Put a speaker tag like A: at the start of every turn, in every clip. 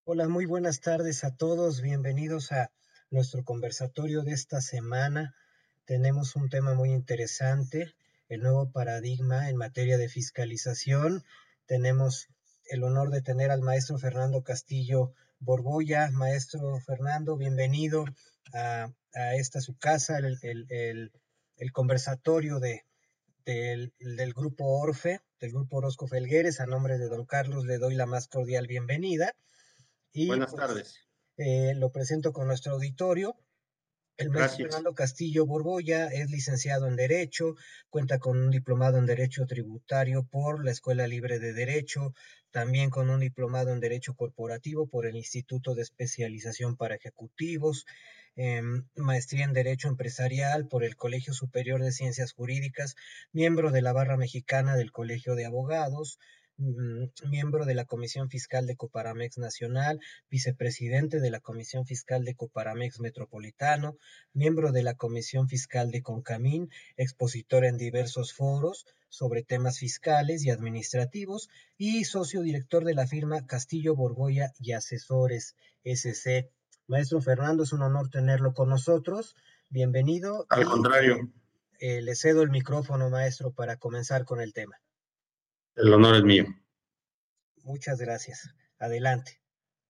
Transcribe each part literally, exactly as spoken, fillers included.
A: Hola, muy buenas tardes a todos. Bienvenidos a nuestro conversatorio de esta semana. Tenemos un tema muy interesante, el nuevo paradigma en materia de fiscalización. Tenemos el honor de tener al maestro Fernando Castillo Borboya. Maestro Fernando, bienvenido a, a esta su casa, el, el, el, el conversatorio de, del, del grupo Orfe, del grupo Orozco Felgueres. A nombre de don Carlos le doy la más cordial bienvenida. Y
B: Buenas
A: pues
B: tardes.
A: eh, lo presento con nuestro auditorio. El maestro
B: Gracias.
A: Fernando Castillo Borboya es licenciado en Derecho, cuenta con un diplomado en Derecho Tributario por la Escuela Libre de Derecho, también con un diplomado en Derecho Corporativo por el Instituto de Especialización para Ejecutivos, eh, maestría en Derecho Empresarial por el Colegio Superior de Ciencias Jurídicas, miembro de la Barra Mexicana del Colegio de Abogados, miembro de la Comisión Fiscal de Coparamex Nacional, vicepresidente de la Comisión Fiscal de Coparamex Metropolitano, miembro de la Comisión Fiscal de Concamín, expositor en diversos foros sobre temas fiscales y administrativos y socio director de la firma Castillo Borboya y Asesores S C. Maestro Fernando, es un honor tenerlo con nosotros. Bienvenido
B: Al
A: y eh,
B: contrario,
A: eh, le cedo el micrófono, maestro, para comenzar con el tema.
B: el honor es mío.
A: Muchas gracias. Adelante.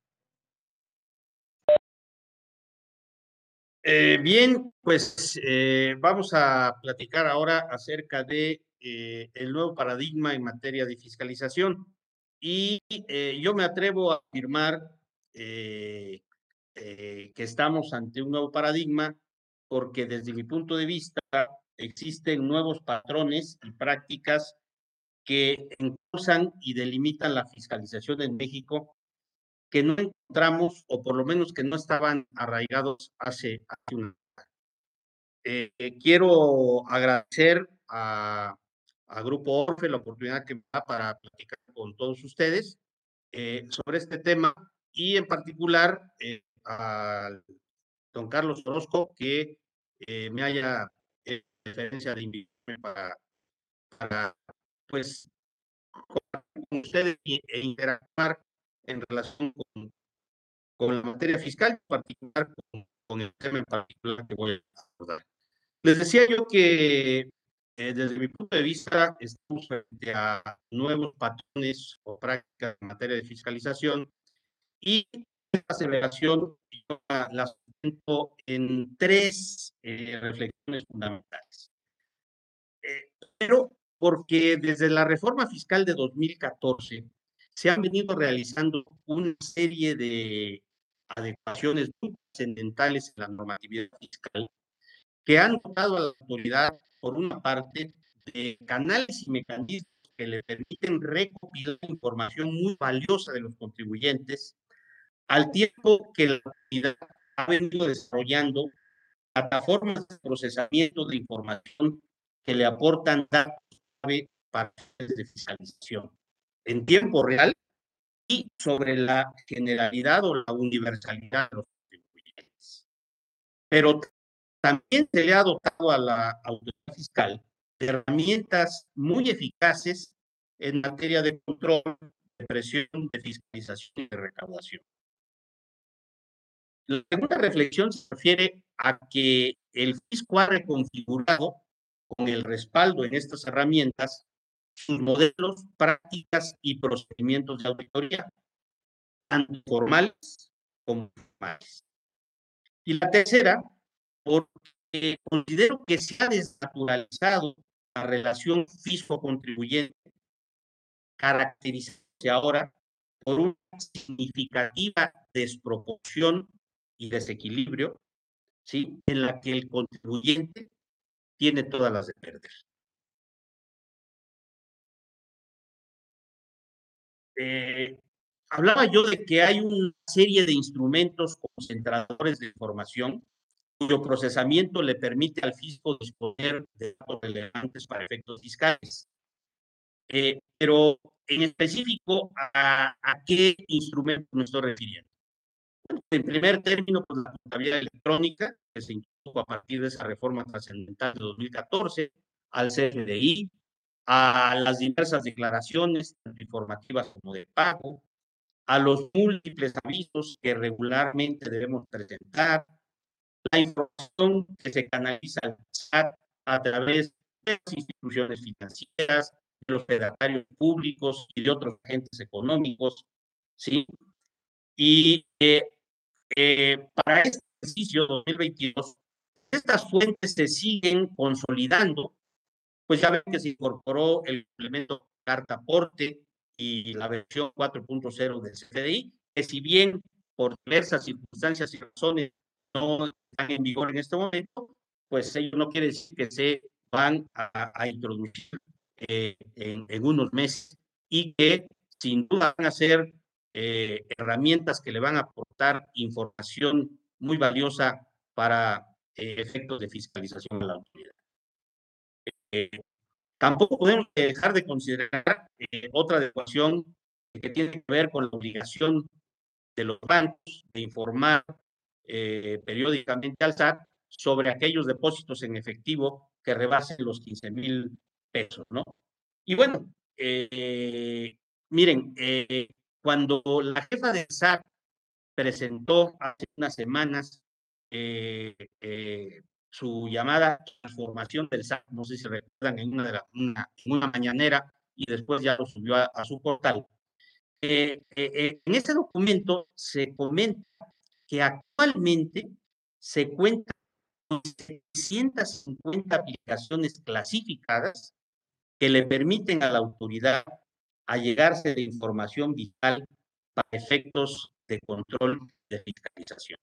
B: Eh, bien, pues eh, vamos a platicar ahora acerca de eh, el nuevo paradigma en materia de fiscalización. Y eh, yo me atrevo a afirmar eh, eh, que estamos ante un nuevo paradigma porque desde mi punto de vista existen nuevos patrones y prácticas que encausan y delimitan la fiscalización en México que no encontramos, o por lo menos que no estaban arraigados hace, hace un eh, eh, quiero agradecer a, a Grupo Orfe la oportunidad que me da para platicar con todos ustedes eh, sobre este tema y en particular eh, a don Carlos Orozco que eh, me haya eh, referencia de invitarme para, para pues con ustedes e interactuar en relación con con la materia fiscal, en particular con, con el tema en particular que voy a abordar. Les decía yo que eh, desde mi punto de vista estamos frente a nuevos patrones o prácticas en materia de fiscalización y esta aceleración yo la, la sustento en tres eh, reflexiones fundamentales. Eh, pero porque desde la reforma fiscal de dos mil catorce se han venido realizando una serie de adecuaciones muy trascendentales en la normatividad fiscal que han dotado a la autoridad, por una parte, de canales y mecanismos que le permiten recopilar información muy valiosa de los contribuyentes, al tiempo que la autoridad ha venido desarrollando plataformas de procesamiento de información que le aportan datos clave para fines de fiscalización en tiempo real y sobre la generalidad o la universalidad de los contribuyentes. Pero también se le ha dotado a la autoridad fiscal de herramientas muy eficaces en materia de control, de presión, de fiscalización y de recaudación. La segunda reflexión se refiere a que el fisco ha reconfigurado con el respaldo en estas herramientas sus modelos, prácticas y procedimientos de auditoría, tanto formales como informales. Y la tercera, porque considero que se ha desnaturalizado la relación fisco-contribuyente, caracterizándose ahora por una significativa desproporción y desequilibrio, ¿sí?, en la que el contribuyente tiene todas las de perder. Eh, hablaba yo de que hay una serie de instrumentos concentradores de información cuyo procesamiento le permite al fisco disponer de datos relevantes para efectos fiscales. Eh, pero en específico, ¿a, ¿a qué instrumento me estoy refiriendo? Bueno, en primer término, pues la contabilidad electrónica, que se introdujo a partir de esa reforma trascendental de dos mil catorce, al C F D I, a las diversas declaraciones, tanto informativas como de pago, a los múltiples avisos que regularmente debemos presentar, la información que se canaliza al S A T a través de las instituciones financieras, de los fedatarios públicos y de otros agentes económicos, ¿sí? Y eh, eh, para este ejercicio dos mil veintidós, estas fuentes se siguen consolidando, pues ya ven que se incorporó el complemento carta aporte y la versión cuatro punto cero del C F D I, que si bien por diversas circunstancias y razones no están en vigor en este momento, pues ello no quiere decir que se van a, a introducir eh, en, en, unos meses y que sin duda van a ser eh, herramientas que le van a aportar información muy valiosa para eh, efectos de fiscalización a la autoridad. Eh, Tampoco podemos dejar de considerar eh, otra adecuación que tiene que ver con la obligación de los bancos de informar eh, periódicamente al S A T sobre aquellos depósitos en efectivo que rebasen los quince mil pesos, ¿no? Y bueno, eh, miren, eh, cuando la jefa del S A T presentó hace unas semanas eh, eh, su llamada transformación del S A T, no sé si recuerdan, en una, de la, una, en una mañanera, y después ya lo subió a, a su portal. Eh, eh, eh, en este documento se comenta que actualmente se cuenta con seiscientas cincuenta aplicaciones clasificadas que le permiten a la autoridad allegarse de información vital para efectos de control de fiscalización.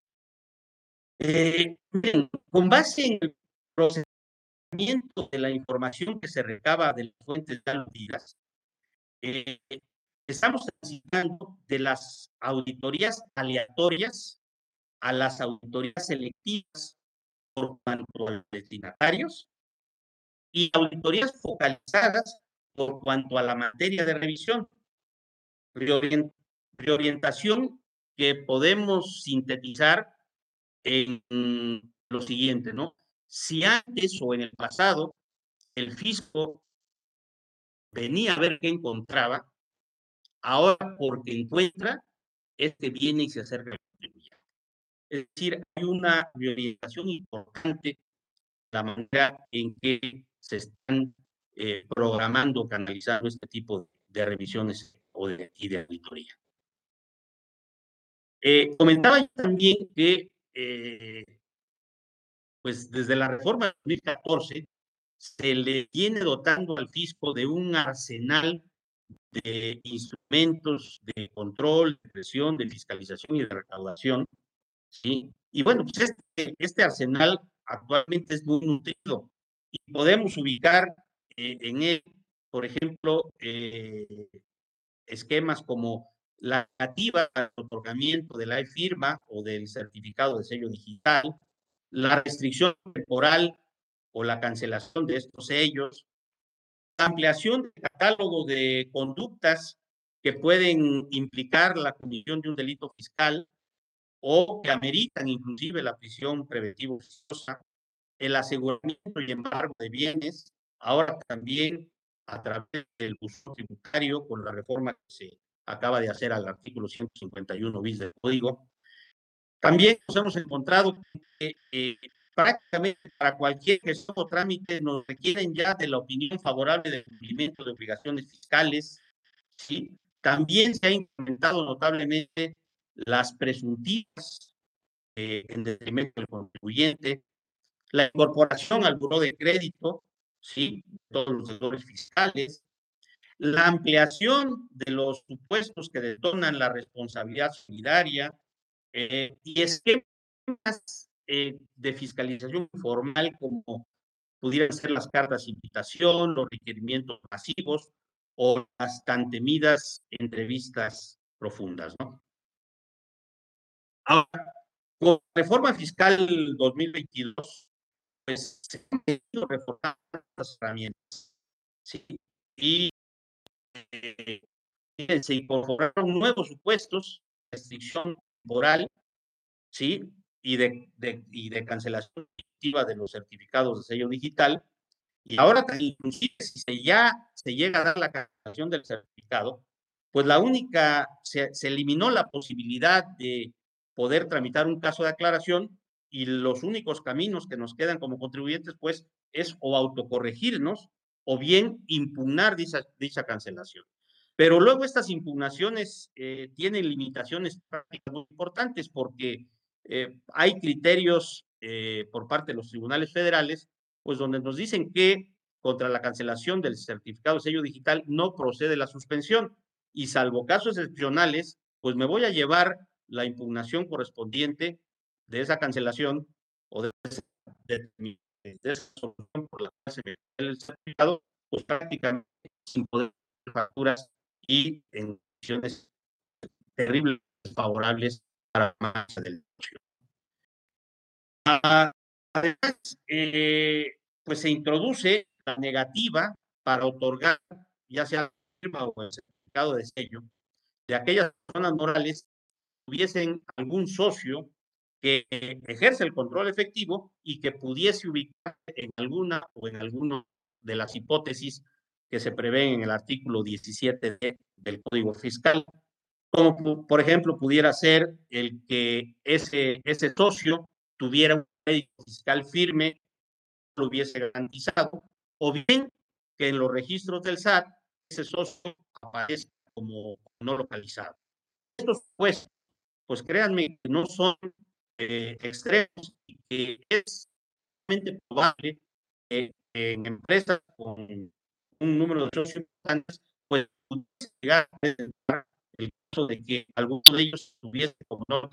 B: Eh, bien, con base en el procesamiento de la información que se recaba de las fuentes ya aludidas, eh, estamos transitando de las auditorías aleatorias a las auditorías selectivas por cuanto a los destinatarios y auditorías focalizadas por cuanto a la materia de revisión. Reorient, reorientación que podemos sintetizar en lo siguiente, ¿no? Si antes o en el pasado el fisco venía a ver qué encontraba, ahora porque encuentra, este viene y se acerca al contribuyente. Es decir, hay una reorientación importante la manera en que se están eh, programando, canalizando este tipo de revisiones o de, y de auditoría. Eh, comentaba yo también que eh, pues desde la reforma de dos mil catorce se le viene dotando al fisco de un arsenal de instrumentos de control, de presión, de fiscalización y de recaudación, ¿sí? Y bueno, pues este, este arsenal actualmente es muy nutrido y podemos ubicar eh, en él, por ejemplo, eh, esquemas como la negativa al otorgamiento de la e-firma o del certificado de sello digital, la restricción temporal o la cancelación de estos sellos, la ampliación del catálogo de conductas que pueden implicar la comisión de un delito fiscal o que ameritan inclusive la prisión preventiva oficiosa, el aseguramiento y embargo de bienes, ahora también a través del uso tributario con la reforma que se acaba de hacer al artículo ciento cincuenta y uno bis del Código. También nos hemos encontrado que eh, prácticamente para cualquier gestión o trámite nos requieren ya de la opinión favorable del cumplimiento de obligaciones fiscales, ¿sí? También se ha incrementado notablemente las presuntivas eh, en detrimento del contribuyente, la incorporación al buró de crédito, ¿sí? Todos los deudores fiscales, la ampliación de los supuestos que detonan la responsabilidad solidaria eh, y esquemas eh, de fiscalización formal como pudieran ser las cartas de invitación, los requerimientos masivos o las tan temidas entrevistas profundas, ¿no? Ahora, con la reforma fiscal dos mil veintidós, pues se han pedido reformar las herramientas, ¿sí? Y eh, se incorporaron nuevos supuestos, restricción temporal, ¿sí? Y de, de, y de cancelación definitiva de los certificados de sello digital. Y ahora, inclusive, si se ya se llega a dar la cancelación del certificado, pues la única, se, se eliminó la posibilidad de poder tramitar un caso de aclaración y los únicos caminos que nos quedan como contribuyentes, pues, es o autocorregirnos o bien impugnar dicha, dicha cancelación. Pero luego estas impugnaciones eh, tienen limitaciones prácticas muy importantes porque eh, hay criterios eh, por parte de los tribunales federales, pues donde nos dicen que contra la cancelación del certificado de sello digital no procede la suspensión y salvo casos excepcionales, pues me voy a llevar la impugnación correspondiente de esa cancelación o de, de, de, de esa solución por la cual se me el certificado, pues prácticamente sin poder facturas y en condiciones terribles favorables para más del negocio. Ah, además, eh, pues se introduce la negativa para otorgar, ya sea firma o el certificado de sello, de aquellas personas morales que tuviesen algún socio que ejerce el control efectivo y que pudiese ubicar en alguna o en alguna de las hipótesis que se prevén en el artículo diecisiete de, del Código Fiscal, como por ejemplo pudiera ser el que ese, ese socio tuviera un crédito fiscal firme, lo hubiese garantizado, o bien que en los registros del S A T ese socio aparezca como no localizado. Estos pues, pues créanme que no son eh, extremos y que es probable que en empresas con un número de socios importantes, pues pudiese llegar a presentar el caso de que alguno de ellos tuviese como no.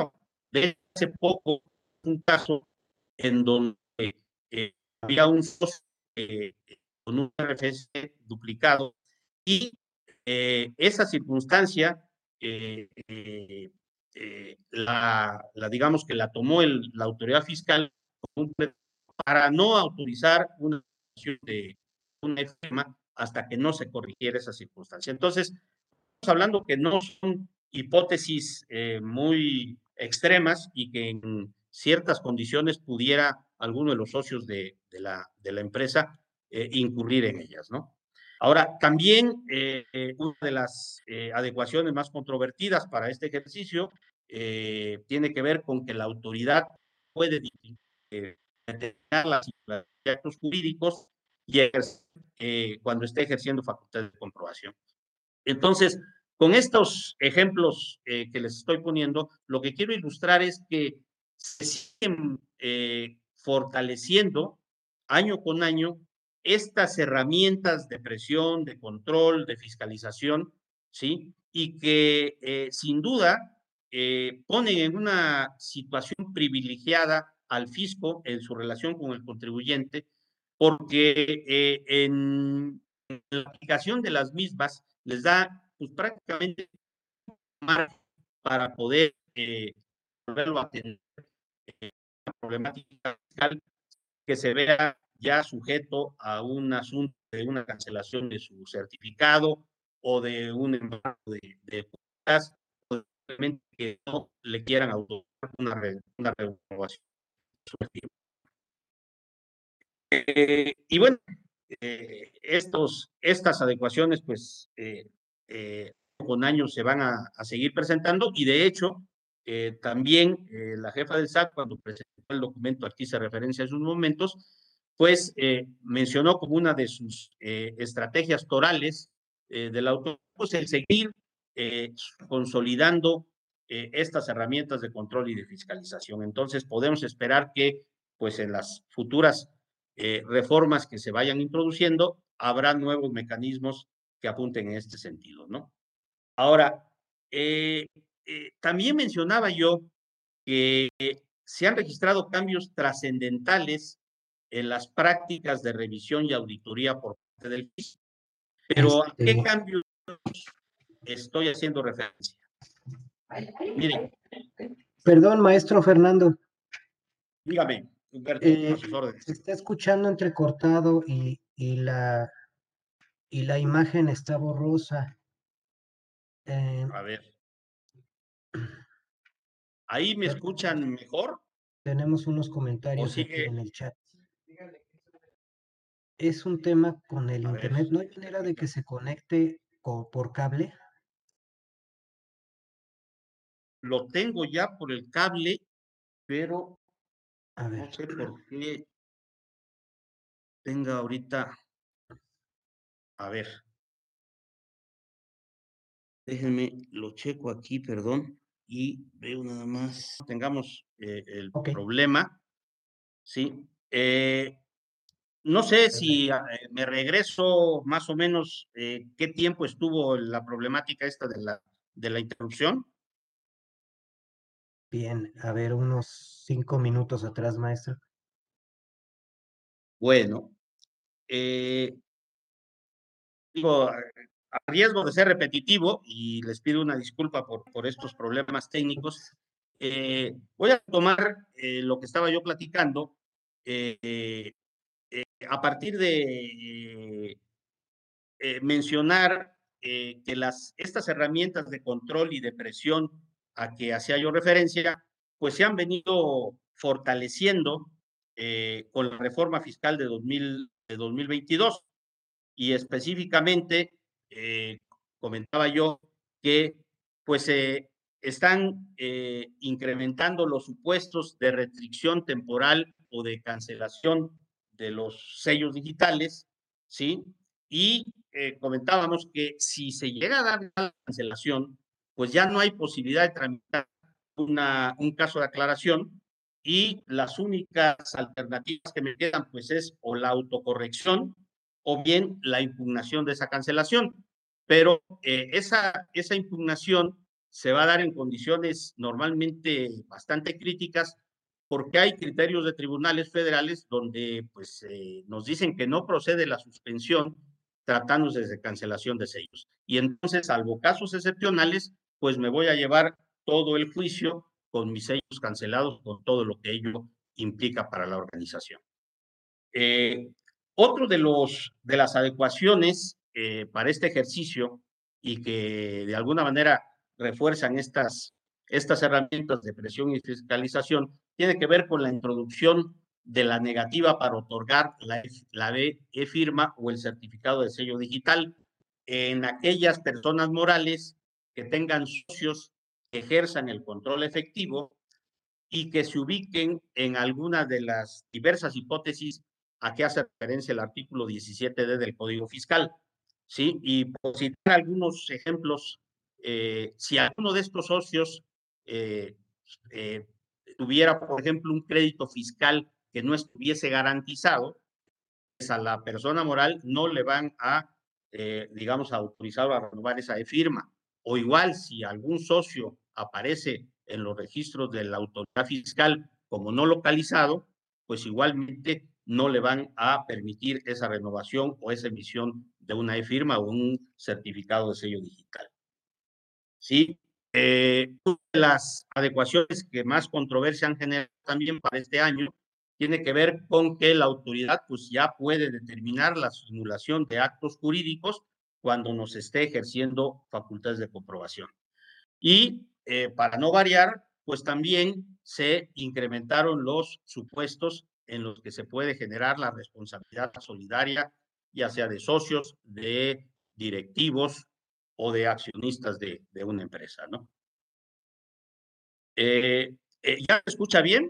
B: De hace poco, un caso en donde eh, había un socio eh, con un R F C duplicado y eh, esa circunstancia eh, eh, eh, la, la, digamos que la tomó el, la autoridad fiscal como un para no autorizar una de una firma hasta que no se corrigiera esa circunstancia. Entonces, estamos hablando que no son hipótesis eh, muy extremas y que en ciertas condiciones pudiera alguno de los socios de, de, la, de la, empresa eh, incurrir en ellas, ¿no? Ahora, también eh, una de las eh, adecuaciones más controvertidas para este ejercicio eh, tiene que ver con que la autoridad puede eh, determinar las actos jurídicos y ejercer, eh, cuando esté ejerciendo facultades de comprobación. Entonces, con estos ejemplos eh, que les estoy poniendo, lo que quiero ilustrar es que se siguen eh, fortaleciendo año con año estas herramientas de presión, de control, de fiscalización, ¿sí? Y que eh, sin duda eh, ponen en una situación privilegiada al fisco en su relación con el contribuyente, porque eh, en la aplicación de las mismas les da pues, prácticamente margen para poder eh, volverlo a atender eh, una problemática fiscal que se vea ya sujeto a un asunto de una cancelación de su certificado o de un embargo de, de cuentas, o simplemente que no le quieran autorizar una, re, una renovación. Eh, y bueno, eh, estos, estas adecuaciones, pues, eh, eh, con años se van a, a, seguir presentando y de hecho, eh, también eh, la jefa del S A C, cuando presentó el documento, aquí se referencia a esos momentos, pues eh, mencionó como una de sus eh, estrategias torales eh, del autor, pues el seguir eh, consolidando eh, estas herramientas de control y de fiscalización. Entonces, podemos esperar que, pues, en las futuras eh, reformas que se vayan introduciendo, habrá nuevos mecanismos que apunten en este sentido, ¿no? Ahora, eh, eh, también mencionaba yo que eh, se han registrado cambios trascendentales en las prácticas de revisión y auditoría por parte del fisco. Pero ¿a qué
A: Este,
B: cambios estoy haciendo referencia? Miren,
A: Perdón, maestro Fernando.
B: dígame, Humberto, a
A: Eh,
B: sus
A: se
B: órdenes.
A: está escuchando entrecortado y, y, la, y la imagen está borrosa. Eh,
B: A ver, ¿ahí me escuchan mejor
A: Tenemos unos
B: o
A: comentarios aquí
B: sigue?
A: en el chat. Es un tema con el
B: A ver,
A: internet. ¿No hay manera de que se conecte co- por cable?
B: lo tengo ya por el cable, pero
A: A ver,
B: no sé por qué tenga ahorita, a ver, déjenme, lo checo aquí, perdón, y veo nada más, tengamos eh, el
A: ok,
B: problema, ¿sí? Eh, no sé si
A: perfecto.
B: eh, me regreso más o menos eh, qué tiempo estuvo la problemática esta de la, de la interrupción.
A: Bien, a ver, unos cinco minutos atrás, maestro.
B: Bueno, eh, digo, a riesgo de ser repetitivo, y les pido una disculpa por, por estos problemas técnicos, eh, voy a tomar eh, lo que estaba yo platicando eh, eh, a partir de eh, eh, mencionar eh, que las, estas herramientas de control y de presión a que hacía yo referencia, pues se han venido fortaleciendo eh, con la reforma fiscal de, dos mil, de dos mil veintidós y específicamente eh, comentaba yo que pues eh, están eh, incrementando los supuestos de restricción temporal o de cancelación de los sellos digitales, ¿sí? Y eh, comentábamos que si se llega a dar la cancelación, pues ya no hay posibilidad de tramitar una, un caso de aclaración y las únicas alternativas que me quedan pues es o la autocorrección o bien la impugnación de esa cancelación. Pero eh, esa, esa impugnación se va a dar en condiciones normalmente bastante críticas porque hay criterios de tribunales federales donde pues, eh, nos dicen que no procede la suspensión tratándose de cancelación de sellos. Y entonces, salvo casos excepcionales, pues me voy a llevar todo el juicio con mis sellos cancelados, con todo lo que ello implica para la organización. Eh, otro de, los, de las adecuaciones eh, para este ejercicio y que de alguna manera refuerzan estas, estas herramientas de presión y fiscalización tiene que ver con la introducción de la negativa para otorgar la, la e-firma o el certificado de sello digital en aquellas personas morales que tengan socios que ejerzan el control efectivo y que se ubiquen en alguna de las diversas hipótesis a que hace referencia el artículo diecisiete D del Código Fiscal. ¿Sí? Y por citar algunos ejemplos, eh, si alguno de estos socios eh, eh, tuviera, por ejemplo, un crédito fiscal que no estuviese garantizado, pues a la persona moral no le van a, eh, digamos, autorizar a renovar esa firma. O igual, si algún socio aparece en los registros de la autoridad fiscal como no localizado, pues igualmente no le van a permitir esa renovación o esa emisión de una e-firma o un certificado de sello digital. ¿Sí? Eh, una de las adecuaciones que más controversia han generado también para este año tiene que ver con que la autoridad pues ya puede determinar la simulación de actos jurídicos cuando nos esté ejerciendo facultades de comprobación. Y eh, para no variar, pues también se incrementaron los supuestos en los que se puede generar la responsabilidad solidaria, ya sea de socios, de directivos o de accionistas de, de una empresa, ¿no? Eh, eh, ¿Ya me escucha bien?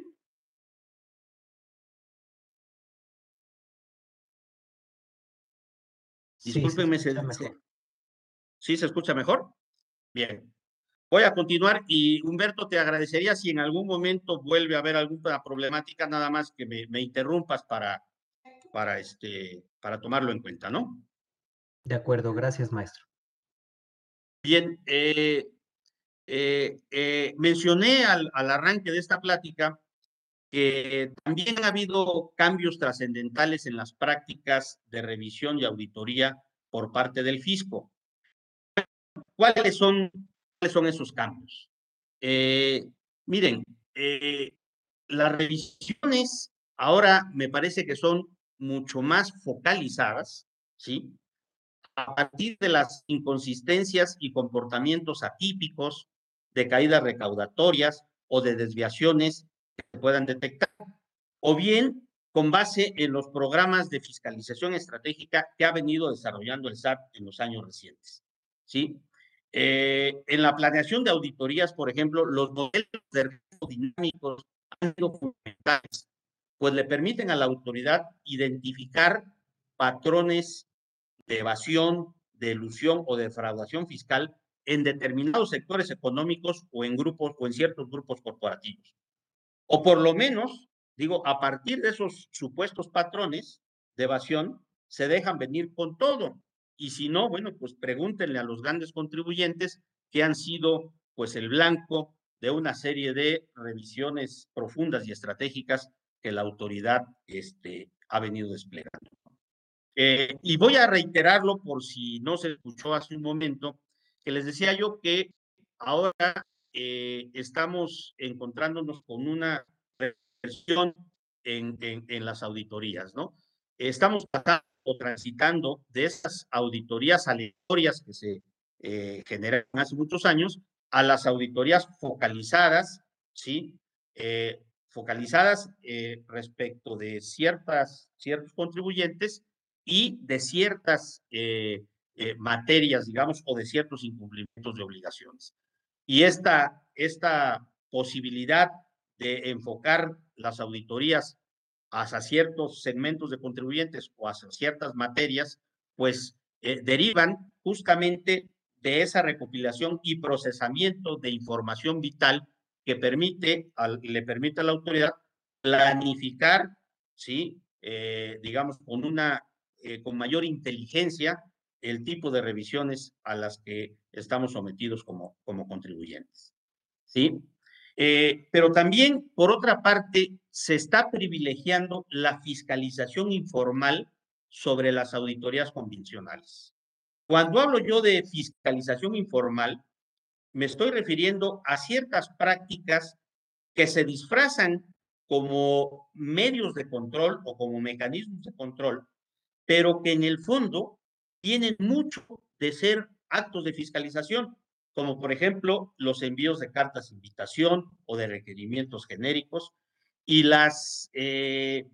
A: Sí, se
B: Discúlpenme,
A: escucha
B: ¿se, se,
A: mejor.
B: ¿sí se escucha mejor? Bien. Voy a continuar y Humberto, te agradecería si en algún momento vuelve a haber alguna problemática, nada más que me, me interrumpas para, para, este, para tomarlo en cuenta, ¿no?
A: De acuerdo, gracias, maestro.
B: Bien, eh, eh, eh, mencioné al, al arranque de esta plática que también ha habido cambios trascendentales en las prácticas de revisión y auditoría por parte del fisco. ¿Cuáles son, cuáles son esos cambios? Eh, miren, eh, las revisiones ahora me parece que son mucho más focalizadas, ¿sí? A partir de las inconsistencias y comportamientos atípicos, de caídas recaudatorias o de desviaciones que se puedan detectar, o bien con base en los programas de fiscalización estratégica que ha venido desarrollando el S A T en los años recientes, ¿sí? Eh, en la planeación de auditorías, por ejemplo, los modelos de riesgo dinámicos han sido fundamentales, pues le permiten a la autoridad identificar patrones de evasión, de elusión o defraudación fiscal en determinados sectores económicos o en grupos o en ciertos grupos corporativos. O por lo menos, digo, a partir de esos supuestos patrones de evasión, se dejan venir con todo. Y si no, bueno, pues pregúntenle a los grandes contribuyentes que han sido, pues, el blanco de una serie de revisiones profundas y estratégicas que la autoridad este, ha venido desplegando. Eh, y voy a reiterarlo por si no se escuchó hace un momento, que les decía yo que ahora eh, estamos encontrándonos con una reversión en, en, en las auditorías, ¿no? Estamos tratando o transitando de esas auditorías aleatorias que se eh, generaron hace muchos años a las auditorías focalizadas, ¿sí? Eh, focalizadas eh, respecto de ciertas, ciertos contribuyentes y de ciertas eh, eh, materias, digamos, o de ciertos incumplimientos de obligaciones. Y esta, esta posibilidad de enfocar las auditorías hacia ciertos segmentos de contribuyentes o hacia ciertas materias, pues eh, derivan justamente de esa recopilación y procesamiento de información vital que permite, al, le permite a la autoridad planificar, ¿sí? Eh, digamos, con una, eh, con mayor inteligencia el tipo de revisiones a las que estamos sometidos como, como contribuyentes. ¿Sí? Eh, pero también, por otra parte, se está privilegiando la fiscalización informal sobre las auditorías convencionales. Cuando hablo yo de fiscalización informal, me estoy refiriendo a ciertas prácticas que se disfrazan como medios de control o como mecanismos de control, pero que en el fondo tienen mucho de ser actos de fiscalización, como por ejemplo los envíos de cartas de invitación o de requerimientos genéricos y las eh,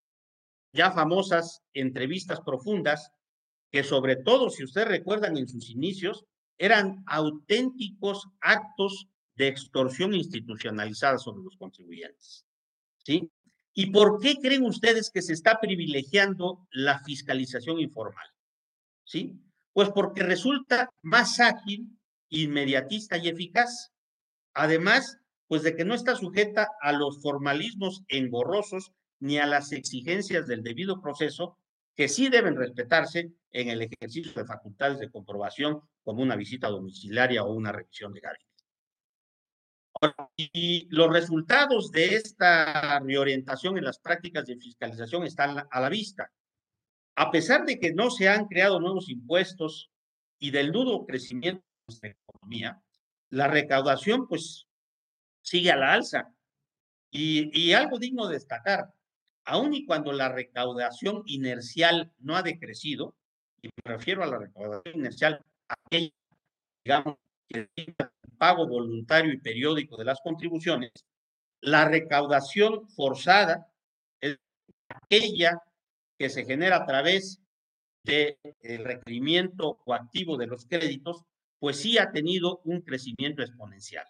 B: ya famosas entrevistas profundas, que sobre todo, si ustedes recuerdan en sus inicios, eran auténticos actos de extorsión institucionalizada sobre los contribuyentes. ¿Sí? ¿Y por qué creen ustedes que se está privilegiando la fiscalización informal? ¿Sí? Pues porque resulta más ágil, inmediatista y eficaz. Además, pues de que no está sujeta a los formalismos engorrosos ni a las exigencias del debido proceso, que sí deben respetarse en el ejercicio de facultades de comprobación, como una visita domiciliaria o una revisión de gabinete. Y los resultados de esta reorientación en las prácticas de fiscalización están a la vista. A pesar de que no se han creado nuevos impuestos y del nudo crecimiento de nuestra economía, la recaudación pues sigue a la alza. Y, y algo digno de destacar, aun y cuando la recaudación inercial no ha decrecido, y me refiero a la recaudación inercial, aquella, digamos, que el pago voluntario y periódico de las contribuciones, la recaudación forzada es aquella que se genera a través del de requerimiento coactivo de los créditos, pues sí ha tenido un crecimiento exponencial.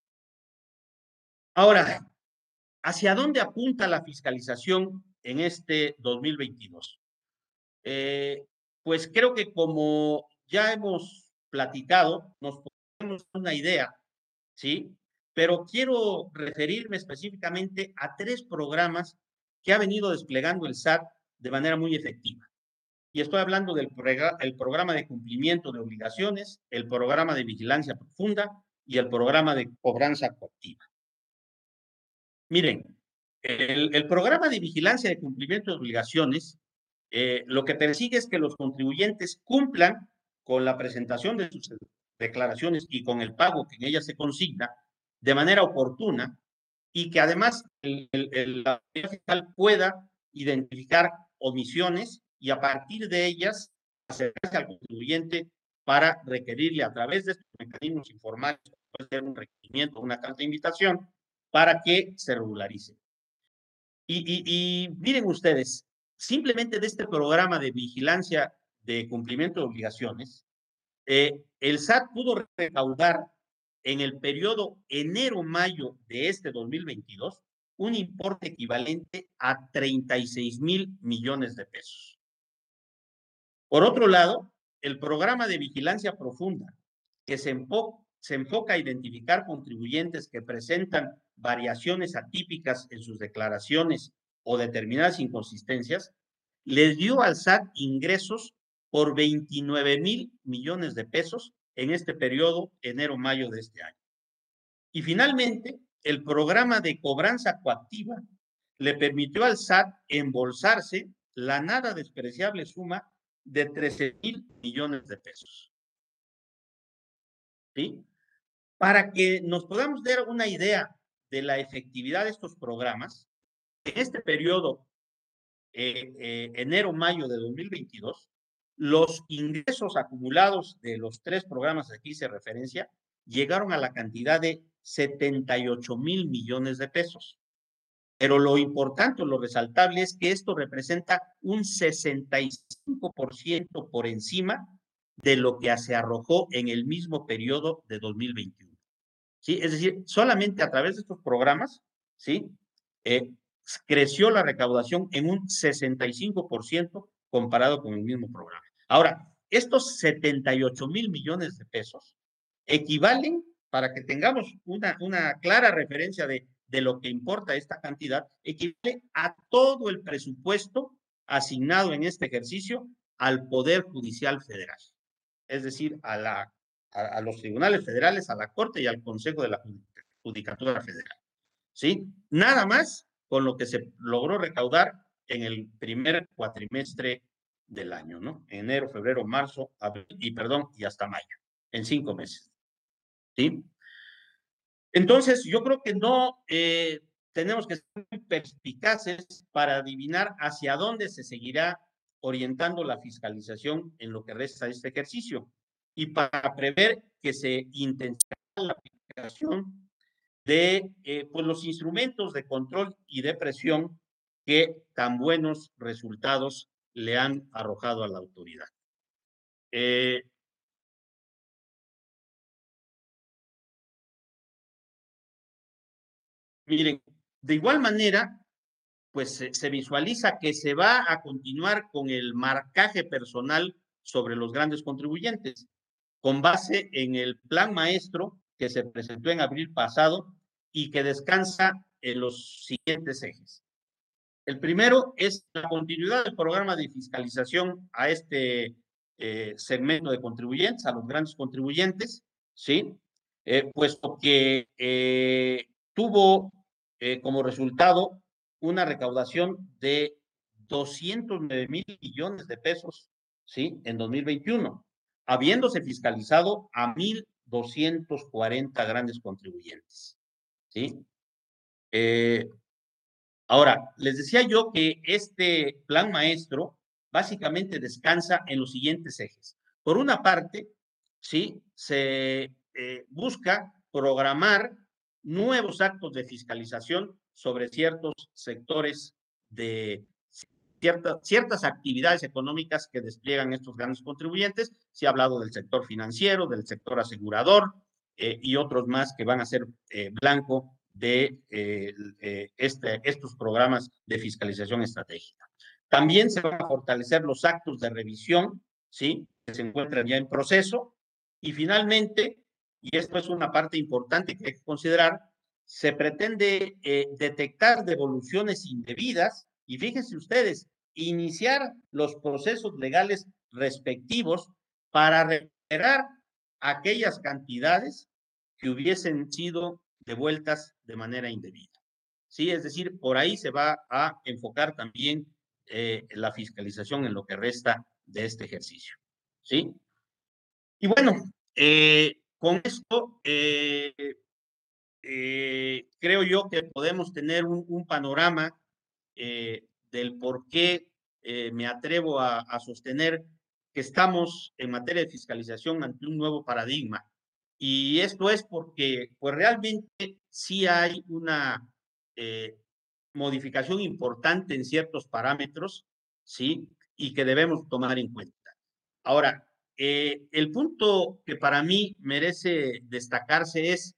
B: Ahora, ¿hacia dónde apunta la fiscalización en este dos mil veintidós? Eh, pues creo que como ya hemos platicado, nos ponemos una idea, ¿sí? Pero quiero referirme específicamente a tres programas que ha venido desplegando el S A T de manera muy efectiva. Y estoy hablando del el programa de cumplimiento de obligaciones, el programa de vigilancia profunda y el programa de cobranza coactiva. Miren, el, el programa de vigilancia de cumplimiento de obligaciones eh, lo que persigue es que los contribuyentes cumplan con la presentación de sus declaraciones y con el pago que en ellas se consigna de manera oportuna y que además el, el, el, la autoridad fiscal pueda identificar omisiones y a partir de ellas acercarse al contribuyente para requerirle a través de estos mecanismos informales, puede ser un requerimiento, una carta de invitación, para que se regularice. Y, y, y miren ustedes, simplemente de este programa de vigilancia de cumplimiento de obligaciones, eh, el S A T pudo recaudar en el periodo enero-mayo de este dos mil veintidós un importe equivalente a treinta y seis mil millones de pesos. Por otro lado, el programa de vigilancia profunda, que se, enfo se enfoca a identificar contribuyentes que presentan variaciones atípicas en sus declaraciones o determinadas inconsistencias, les dio al S A T ingresos por veintinueve mil millones de pesos en este periodo enero-mayo de este año. Y finalmente, el programa de cobranza coactiva le permitió al S A T embolsarse la nada despreciable suma de trece mil millones de pesos. ¿Sí? Para que nos podamos dar una idea de la efectividad de estos programas, en este periodo, eh, eh, enero-mayo de dos mil veintidós, los ingresos acumulados de los tres programas que aquí hice referencia llegaron a la cantidad de setenta y ocho mil millones de pesos. Pero lo importante, lo resaltable es que esto representa un sesenta y cinco por ciento por encima de lo que se arrojó en el mismo periodo de dos mil veintiuno. ¿Sí? Es decir, solamente a través de estos programas, ¿sí? Eh, creció la recaudación en un sesenta y cinco por ciento comparado con el mismo programa. Ahora, estos setenta y ocho mil millones de pesos equivalen, para que tengamos una, una clara referencia de, de lo que importa esta cantidad, equivale a todo el presupuesto asignado en este ejercicio al Poder Judicial Federal, es decir, a, la, a, a los tribunales federales, a la Corte y al Consejo de la Judicatura Federal. ¿Sí? Nada más con lo que se logró recaudar en el primer cuatrimestre del año, ¿no? Enero, febrero, marzo, abril y perdón, y hasta mayo, en cinco meses. ¿Sí? Entonces, yo creo que no eh, tenemos que ser muy perspicaces para adivinar hacia dónde se seguirá orientando la fiscalización en lo que resta de este ejercicio y para prever que se intensifique la aplicación de eh, pues los instrumentos de control y de presión que tan buenos resultados le han arrojado a la autoridad. Eh, miren, de igual manera, pues se, se visualiza que se va a continuar con el marcaje personal sobre los grandes contribuyentes, con base en el plan maestro que se presentó en abril pasado y que descansa en los siguientes ejes. El primero es la continuidad del programa de fiscalización a este eh, segmento de contribuyentes, a los grandes contribuyentes, ¿sí? Eh, puesto que eh, tuvo eh, como resultado una recaudación de doscientos nueve mil millones de pesos, ¿sí? En dos mil veintiuno, habiéndose fiscalizado a mil doscientos cuarenta grandes contribuyentes, ¿sí? Eh, Ahora, les decía yo que este plan maestro básicamente descansa en los siguientes ejes. Por una parte, sí, se eh, busca programar nuevos actos de fiscalización sobre ciertos sectores de cierta, ciertas actividades económicas que despliegan estos grandes contribuyentes. Se ha hablado del sector financiero, del sector asegurador eh, y otros más que van a ser eh, blanco de eh, eh, este, estos programas de fiscalización estratégica. También se van a fortalecer los actos de revisión, ¿sí? Que se encuentran ya en proceso. Y finalmente, y esto es una parte importante que hay que considerar, se pretende eh, detectar devoluciones indebidas y fíjense ustedes, iniciar los procesos legales respectivos para recuperar aquellas cantidades que hubiesen sido devueltas de manera indebida. Sí, es decir, por ahí se va a enfocar también eh, la fiscalización en lo que resta de este ejercicio. ¿Sí? Y bueno, eh, con esto eh, eh, creo yo que podemos tener un, un panorama eh, del por qué eh, me atrevo a, a sostener que estamos en materia de fiscalización ante un nuevo paradigma. Y esto es porque, pues realmente sí hay una eh, modificación importante en ciertos parámetros, ¿sí? Y que debemos tomar en cuenta. Ahora, eh, el punto que para mí merece destacarse es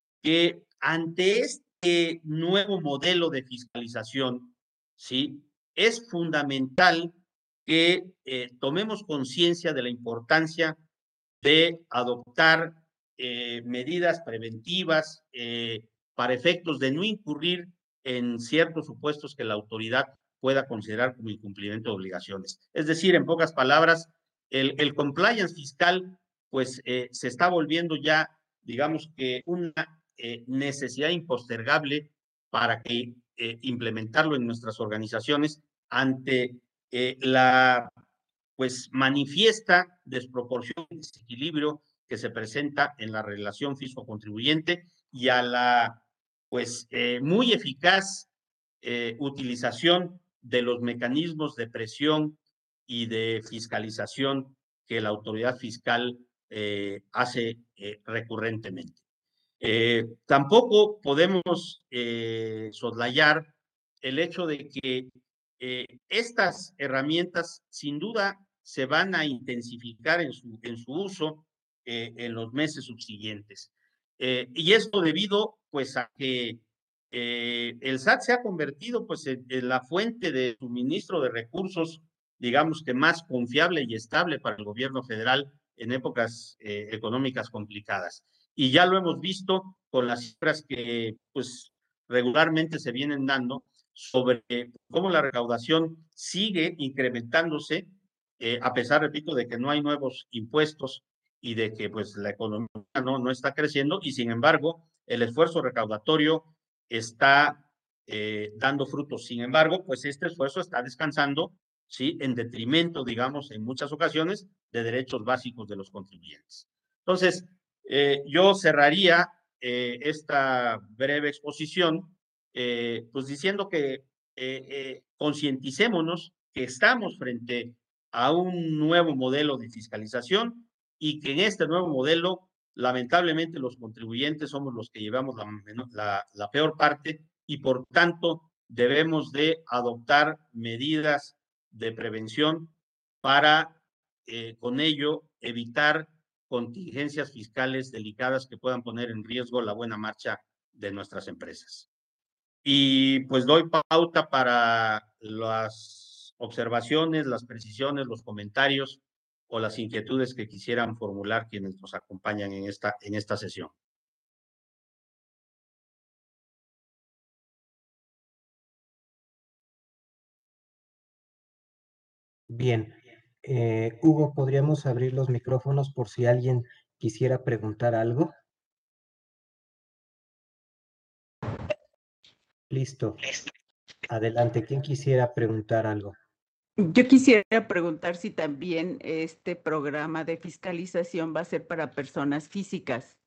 B: que ante este nuevo modelo de fiscalización, ¿sí? Es fundamental que eh, tomemos conciencia de la importancia de adoptar eh, medidas preventivas eh, para efectos de no incurrir en ciertos supuestos que la autoridad pueda considerar como incumplimiento de obligaciones. Es decir, en pocas palabras, el, el compliance fiscal pues eh, se está volviendo ya, digamos que una eh, necesidad impostergable para que eh, implementarlo en nuestras organizaciones ante eh, la pues manifiesta desproporción y desequilibrio que se presenta en la relación fisco-contribuyente y a la pues eh, muy eficaz eh, utilización de los mecanismos de presión y de fiscalización que la autoridad fiscal eh, hace eh, recurrentemente. Eh, tampoco podemos eh, soslayar el hecho de que eh, estas herramientas sin duda se van a intensificar en su, en su uso eh, en los meses subsiguientes. Eh, y esto debido pues a que eh, el S A T se ha convertido pues en, en la fuente de suministro de recursos, digamos que más confiable y estable para el gobierno federal en épocas eh, económicas complicadas. Y ya lo hemos visto con las cifras que pues regularmente se vienen dando sobre cómo la recaudación sigue incrementándose, eh, a pesar, repito, de que no hay nuevos impuestos y de que pues la economía no, no está creciendo, y sin embargo el esfuerzo recaudatorio está eh, dando frutos. Sin embargo, pues este esfuerzo está descansando, ¿sí? En detrimento, digamos, en muchas ocasiones, de derechos básicos de los contribuyentes. Entonces, eh, yo cerraría eh, esta breve exposición eh, pues diciendo que eh, eh, concienticémonos que estamos frente a un nuevo modelo de fiscalización y que en este nuevo modelo, lamentablemente, los contribuyentes somos los que llevamos la, la, la peor parte y por tanto debemos de adoptar medidas de prevención para eh, con ello evitar contingencias fiscales delicadas que puedan poner en riesgo la buena marcha de nuestras empresas. Y pues doy pauta para las observaciones, las precisiones, los comentarios o las inquietudes que quisieran formular quienes nos acompañan en esta, en esta sesión.
A: Bien, eh, Hugo, ¿podríamos abrir los micrófonos por si alguien quisiera preguntar algo? Listo. Adelante, ¿quién quisiera preguntar algo?
C: Yo quisiera preguntar si también este programa de fiscalización va a ser para personas físicas.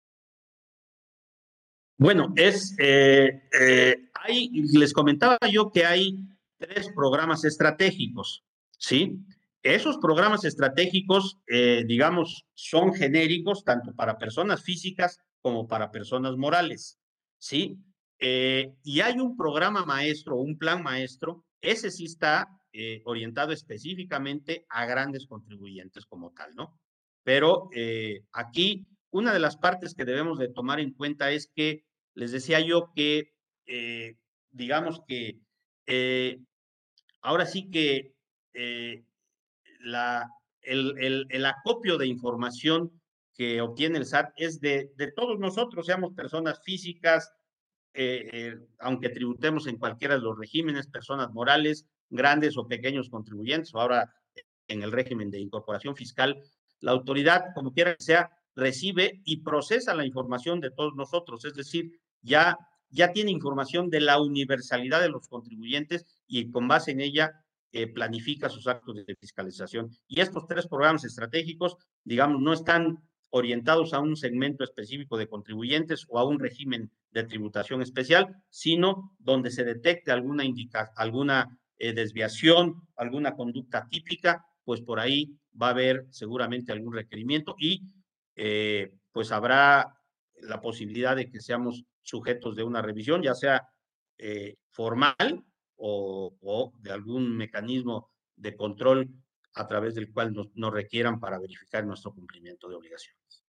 B: Bueno, es, eh, eh, hay, les comentaba yo que hay tres programas estratégicos, ¿sí? Esos programas estratégicos, eh, digamos, son genéricos tanto para personas físicas como para personas morales, ¿sí? Eh, y hay un programa maestro, un plan maestro, ese sí está eh, orientado específicamente a grandes contribuyentes como tal, ¿no? Pero eh, aquí una de las partes que debemos de tomar en cuenta es que les decía yo que, eh, digamos que eh, ahora sí que eh, la, el, el, el, acopio de información que obtiene el S A T es de, de todos nosotros, seamos personas físicas, eh, eh, aunque tributemos en cualquiera de los regímenes, personas morales, grandes o pequeños contribuyentes, o ahora en el régimen de incorporación fiscal, la autoridad, como quiera que sea, recibe y procesa la información de todos nosotros, es decir, ya, ya tiene información de la universalidad de los contribuyentes y con base en ella eh, planifica sus actos de fiscalización. Y estos tres programas estratégicos, digamos, no están orientados a un segmento específico de contribuyentes o a un régimen de tributación especial, sino donde se detecte alguna, indica, alguna eh, desviación, alguna conducta típica, pues por ahí va a haber seguramente algún requerimiento y eh, pues habrá la posibilidad de que seamos sujetos de una revisión, ya sea eh, formal o, o de algún mecanismo de control a través del cual nos, nos requieran para verificar nuestro cumplimiento de obligaciones.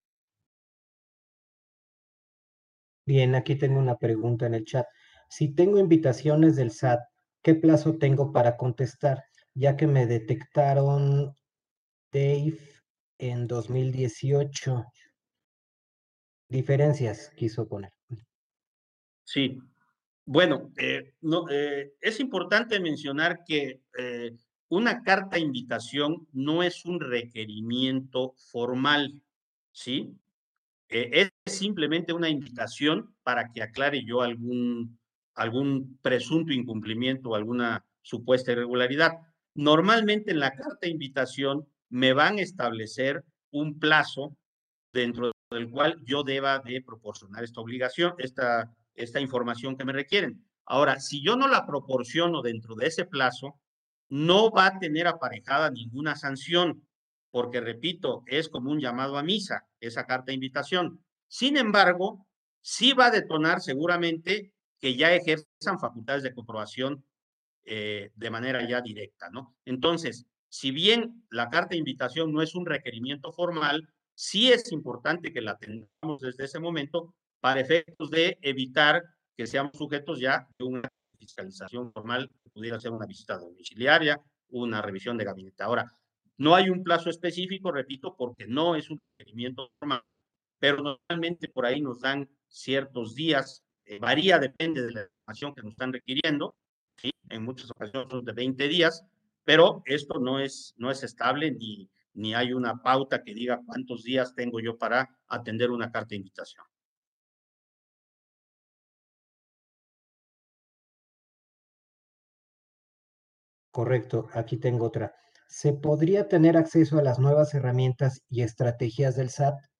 A: Bien, aquí tengo una pregunta en el chat. Si tengo invitaciones del S A T, ¿qué plazo tengo para contestar? Ya que me detectaron Dave en dos mil dieciocho. Diferencias quiso poner.
B: Sí, bueno, eh, no, eh, es importante mencionar que eh, una carta de invitación no es un requerimiento formal, ¿sí? Eh, es simplemente una invitación para que aclare yo algún, algún presunto incumplimiento o alguna supuesta irregularidad. Normalmente en la carta de invitación me van a establecer un plazo dentro del cual yo deba de proporcionar esta obligación, esta, esta información que me requieren. Ahora, si yo no la proporciono dentro de ese plazo, no va a tener aparejada ninguna sanción, porque repito, es como un llamado a misa, esa carta de invitación. Sin embargo, sí va a detonar seguramente que ya ejerzan facultades de comprobación eh, de manera ya directa, ¿no? Entonces, si bien la carta de invitación no es un requerimiento formal, sí es importante que la tengamos desde ese momento para efectos de evitar que seamos sujetos ya de una fiscalización formal, que pudiera ser una visita domiciliaria, una revisión de gabinete. Ahora, no hay un plazo específico, repito, porque no es un requerimiento formal, pero normalmente por ahí nos dan ciertos días, eh, varía, depende de la información que nos están requiriendo, ¿sí? En muchas ocasiones son de veinte días, pero esto no es, no es estable ni, ni hay una pauta que diga cuántos días tengo yo para atender una carta de invitación.
A: Correcto, aquí tengo otra. ¿Se podría tener acceso a las nuevas herramientas y estrategias del S A T?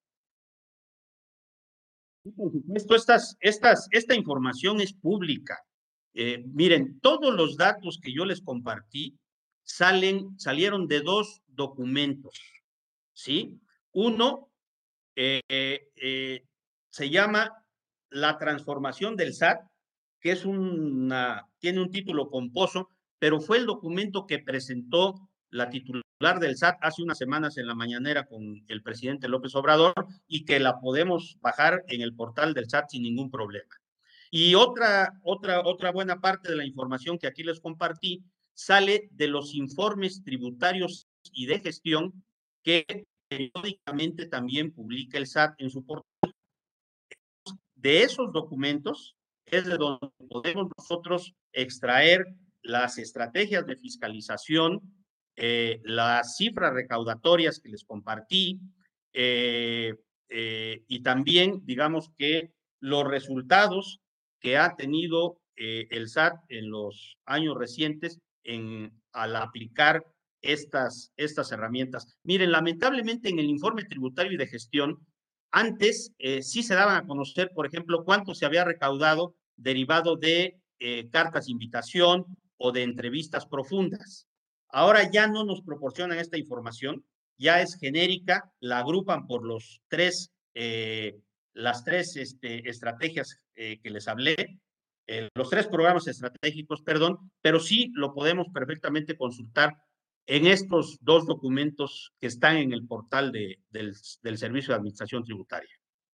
B: Por supuesto, estas, estas, esta información es pública. Eh, miren, todos los datos que yo les compartí salen, salieron de dos documentos, ¿sí? Uno eh, eh, se llama La transformación del S A T, que es una, tiene un título pomposo, pero fue el documento que presentó la titular del S A T hace unas semanas en la mañanera con el presidente López Obrador y que la podemos bajar en el portal del S A T sin ningún problema. Y otra, otra, otra buena parte de la información que aquí les compartí sale de los informes tributarios y de gestión que periódicamente también publica el S A T en su portal. De esos documentos es de donde podemos nosotros extraer las estrategias de fiscalización, eh, las cifras recaudatorias que les compartí, eh, eh, y también, digamos que los resultados que ha tenido eh, el S A T en los años recientes en, al aplicar estas, estas herramientas. Miren, lamentablemente en el informe tributario y de gestión, antes eh, sí se daban a conocer, por ejemplo, cuánto se había recaudado derivado de eh, cartas de invitación o de entrevistas profundas. Ahora ya no nos proporcionan esta información, ya es genérica, la agrupan por los tres, eh, las tres este, estrategias eh, que les hablé, eh, los tres programas estratégicos, perdón, pero sí lo podemos perfectamente consultar en estos dos documentos que están en el portal de, del, del Servicio de Administración Tributaria.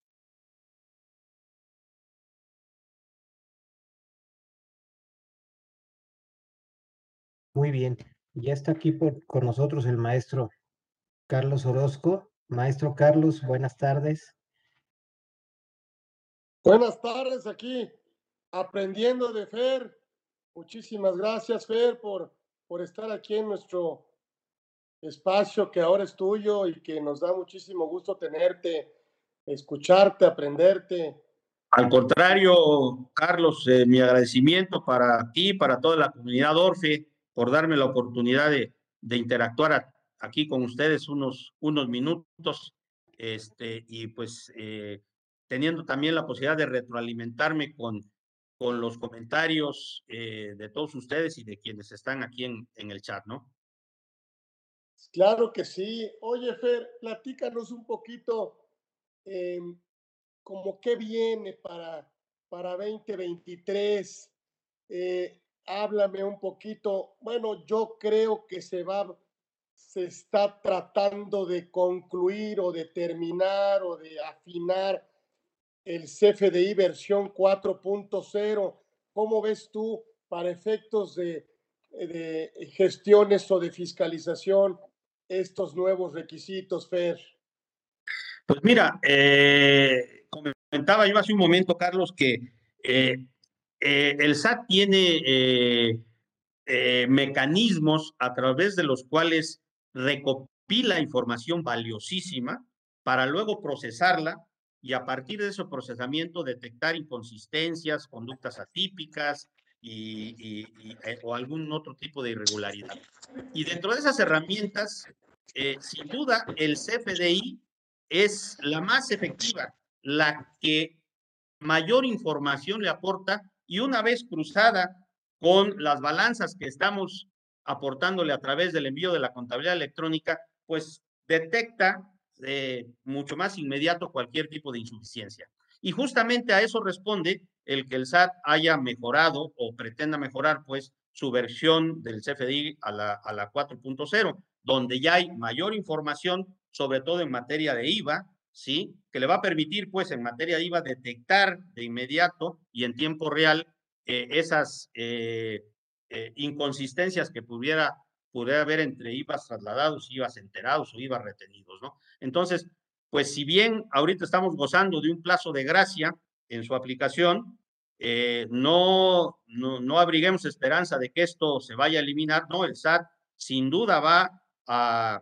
A: Muy bien, ya está aquí por, con nosotros el maestro Carlos Orozco. Maestro Carlos, buenas tardes.
D: Buenas tardes, aquí aprendiendo de Fer. Muchísimas gracias, Fer, por, por estar aquí en nuestro espacio que ahora es tuyo y que nos da muchísimo gusto tenerte, escucharte, aprenderte.
B: Al contrario, Carlos, eh, mi agradecimiento para ti, para toda la comunidad Orfe, por darme la oportunidad de, de interactuar a, aquí con ustedes unos, unos minutos, este, y pues eh, teniendo también la posibilidad de retroalimentarme con, con los comentarios eh, de todos ustedes y de quienes están aquí en, en el chat, ¿no?
D: Claro que sí. Oye, Fer, platícanos un poquito eh, como qué viene para, para veinte veintitrés. Eh, háblame un poquito. Bueno, yo creo que se va, se está tratando de concluir o de terminar o de afinar el C F D I versión cuatro punto cero? ¿Cómo ves tú para efectos de, de gestiones o de fiscalización estos nuevos requisitos, Fer?
B: Pues mira, eh, comentaba yo hace un momento, Carlos, que eh, eh, el S A T tiene eh, eh, mecanismos a través de los cuales recopila información valiosísima para luego procesarla y a partir de ese procesamiento detectar inconsistencias, conductas atípicas y, y, y, eh, o algún otro tipo de irregularidad. Y dentro de esas herramientas, eh, sin duda, el C F D I es la más efectiva, la que mayor información le aporta y una vez cruzada con las balanzas que estamos aportándole a través del envío de la contabilidad electrónica, pues detecta eh, mucho más inmediato cualquier tipo de insuficiencia. Y justamente a eso responde el que el S A T haya mejorado o pretenda mejorar pues su versión del C F D I a la, a la cuatro punto cero, donde ya hay mayor información, sobre todo en materia de I V A, ¿sí? Que le va a permitir, pues, en materia de I V A, detectar de inmediato y en tiempo real eh, esas eh, eh, inconsistencias que pudiera, pudiera haber entre I V As trasladados, I V As enterados o I V As retenidos, ¿no? Entonces, pues, si bien ahorita estamos gozando de un plazo de gracia en su aplicación, eh, no, no, no abriguemos esperanza de que esto se vaya a eliminar, no, el S A T sin duda va a,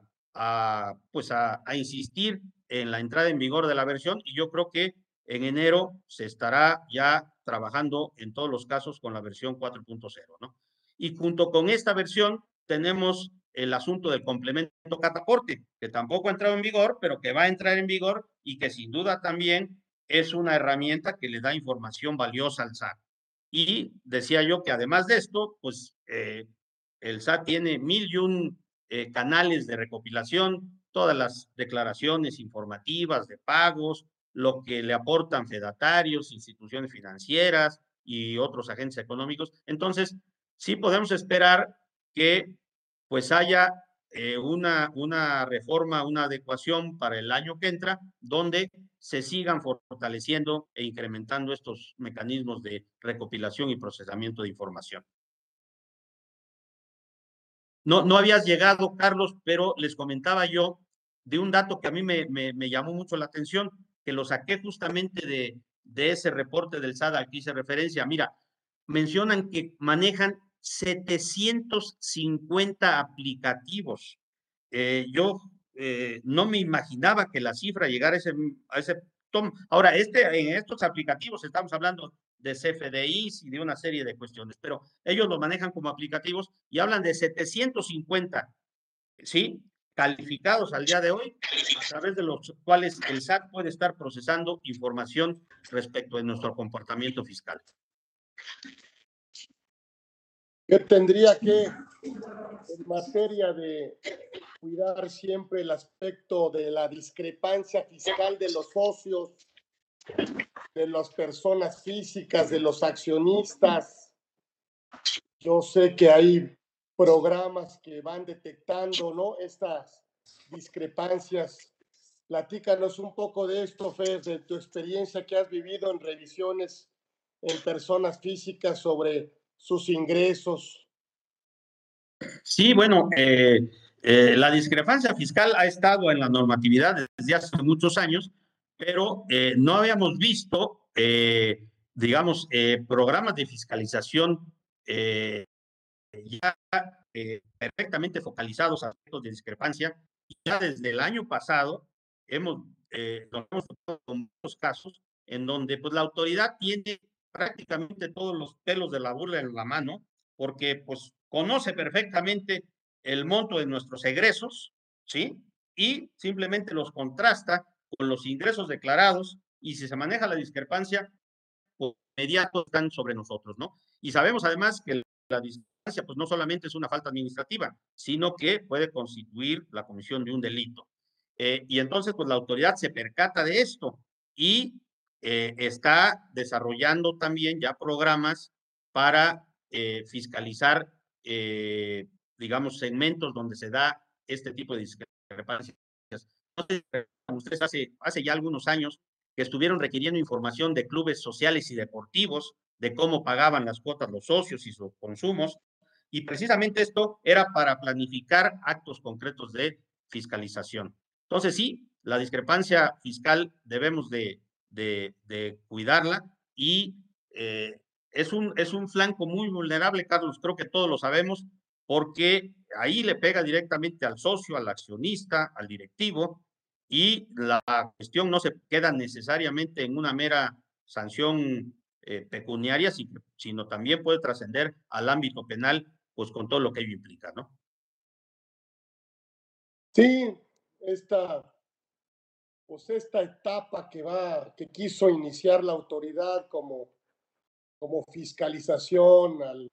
B: a pues a, a insistir en la entrada en vigor de la versión y yo creo que en enero se estará ya trabajando en todos los casos con la versión cuatro punto cero, ¿no? Y junto con esta versión tenemos el asunto del complemento cataporte, que tampoco ha entrado en vigor, pero que va a entrar en vigor y que sin duda también es una herramienta que le da información valiosa al S A T. Y decía yo que además de esto, pues eh, el S A T tiene mil y un eh, canales de recopilación, todas las declaraciones informativas de pagos, lo que le aportan fedatarios, instituciones financieras y otros agentes económicos. Entonces, sí podemos esperar que pues haya eh, una, una reforma, una adecuación para el año que entra, donde se sigan fortaleciendo e incrementando estos mecanismos de recopilación y procesamiento de información. No, no habías llegado, Carlos, pero les comentaba yo de un dato que a mí me, me, me llamó mucho la atención, que lo saqué justamente de, de ese reporte del S A D al que hice referencia. Mira, mencionan que manejan setecientos cincuenta aplicativos. Eh, yo eh, no me imaginaba que la cifra llegara a ese, a ese tomo. Ahora, este, en estos aplicativos estamos hablando de C F D Is y de una serie de cuestiones, pero ellos lo manejan como aplicativos y hablan de setecientos cincuenta, ¿sí? Calificados al día de hoy, a través de los cuales el S A T puede estar procesando información respecto de nuestro comportamiento fiscal.
D: ¿Qué tendría que, en materia de cuidar siempre el aspecto de la discrepancia fiscal de los socios, de las personas físicas, de los accionistas? Yo sé que hay programas que van detectando, ¿no?, estas discrepancias. Platícanos un poco de esto, Fer, de tu experiencia que has vivido en revisiones en personas físicas sobre sus ingresos.
B: Sí, bueno, eh, eh, la discrepancia fiscal ha estado en la normatividad desde hace muchos años, pero eh, no habíamos visto, eh, digamos, eh, programas de fiscalización eh, ya eh, perfectamente focalizados a aspectos de discrepancia. Y ya desde el año pasado hemos, eh, nos hemos tocado con muchos casos en donde pues, la autoridad tiene prácticamente todos los pelos de la burla en la mano, porque pues conoce perfectamente el monto de nuestros egresos, ¿sí? Y simplemente los contrasta con los ingresos declarados y si se maneja la discrepancia, pues inmediato están sobre nosotros, ¿no? Y sabemos además que la discrepancia pues no solamente es una falta administrativa, sino que puede constituir la comisión de un delito. Eh, y entonces pues la autoridad se percata de esto y eh, está desarrollando también ya programas para eh, fiscalizar, eh, digamos, segmentos donde se da este tipo de discrepancias. No sé, ustedes hace, hace ya algunos años que estuvieron requiriendo información de clubes sociales y deportivos, de cómo pagaban las cuotas los socios y sus consumos, y precisamente esto era para planificar actos concretos de fiscalización. Entonces sí, la discrepancia fiscal debemos de, de, de cuidarla y eh, es, un, es un flanco muy vulnerable, Carlos, creo que todos lo sabemos, porque ahí le pega directamente al socio, al accionista, al directivo, y la cuestión no se queda necesariamente en una mera sanción eh, pecuniaria, sino también puede trascender al ámbito penal, pues con todo lo que ello implica, ¿no?
D: Sí, esta, pues esta etapa que va, que quiso iniciar la autoridad como, como fiscalización, al,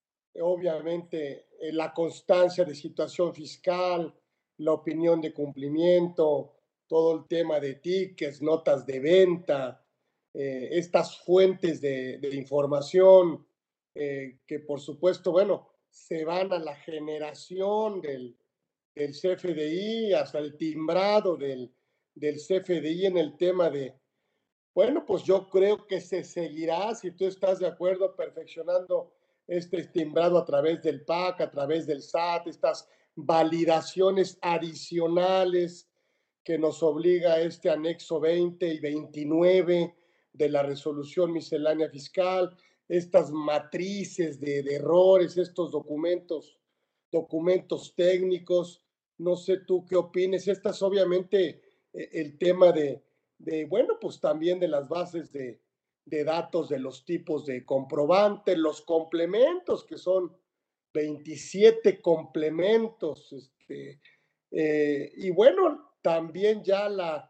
D: obviamente eh, la constancia de situación fiscal, la opinión de cumplimiento, todo el tema de tickets, notas de venta, eh, estas fuentes de, de información eh, que por supuesto, bueno, se van a la generación del, del C F D I, hasta el timbrado del, del C F D I en el tema de, bueno, pues yo creo que se seguirá, si tú estás de acuerdo, perfeccionando este timbrado a través del P A C, a través del S A T, estas validaciones adicionales que nos obliga este anexo veinte y veintinueve de la resolución miscelánea fiscal, estas matrices de, de errores, estos documentos, documentos técnicos. No sé tú qué opines. Estas obviamente eh, el tema de, de, bueno, pues también de las bases de, de datos de los tipos de comprobante, los complementos, que son veintisiete complementos, este, eh, y bueno, también ya la,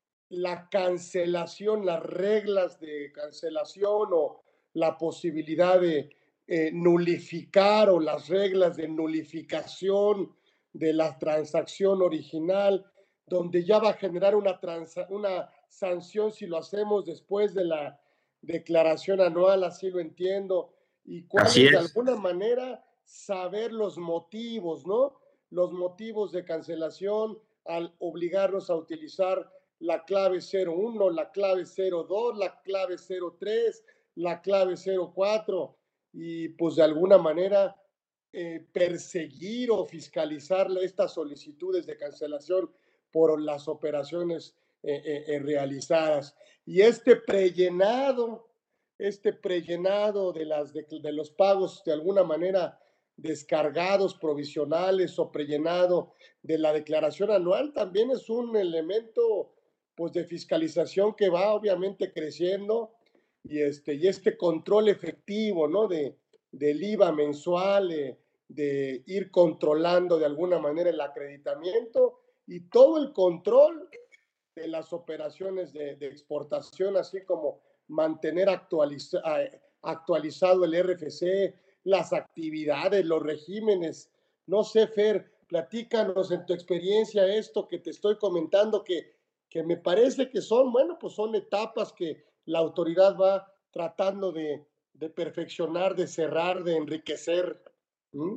D: la cancelación, las reglas de cancelación o la posibilidad de eh, nulificar o las reglas de nulificación de la transacción original, donde ya va a generar una, transa, una sanción si lo hacemos después de la declaración anual, así lo entiendo, y cuál
B: Así
D: es de
B: es.
D: alguna manera saber los motivos, ¿no? Los motivos de cancelación al obligarnos a utilizar la clave cero uno, la clave cero dos, la clave cero tres, la clave cero cuatro, y pues de alguna manera eh, perseguir o fiscalizar estas solicitudes de cancelación por las operaciones eh, eh, realizadas. Y este prellenado, este prellenado de, las, de, de los pagos de alguna manera descargados provisionales o prellenado de la declaración anual también es un elemento pues de fiscalización que va obviamente creciendo y este, y este control efectivo, ¿no? De, del I V A mensual, eh, de ir controlando de alguna manera el acreditamiento y todo el control de las operaciones de, de exportación, así como mantener actualiza, actualizado el R F C, las actividades, los regímenes. No sé, Fer, platícanos en tu experiencia esto que te estoy comentando, que, que me parece que son, bueno, pues son etapas que la autoridad va tratando de, de perfeccionar, de cerrar, de enriquecer. ¿Mm?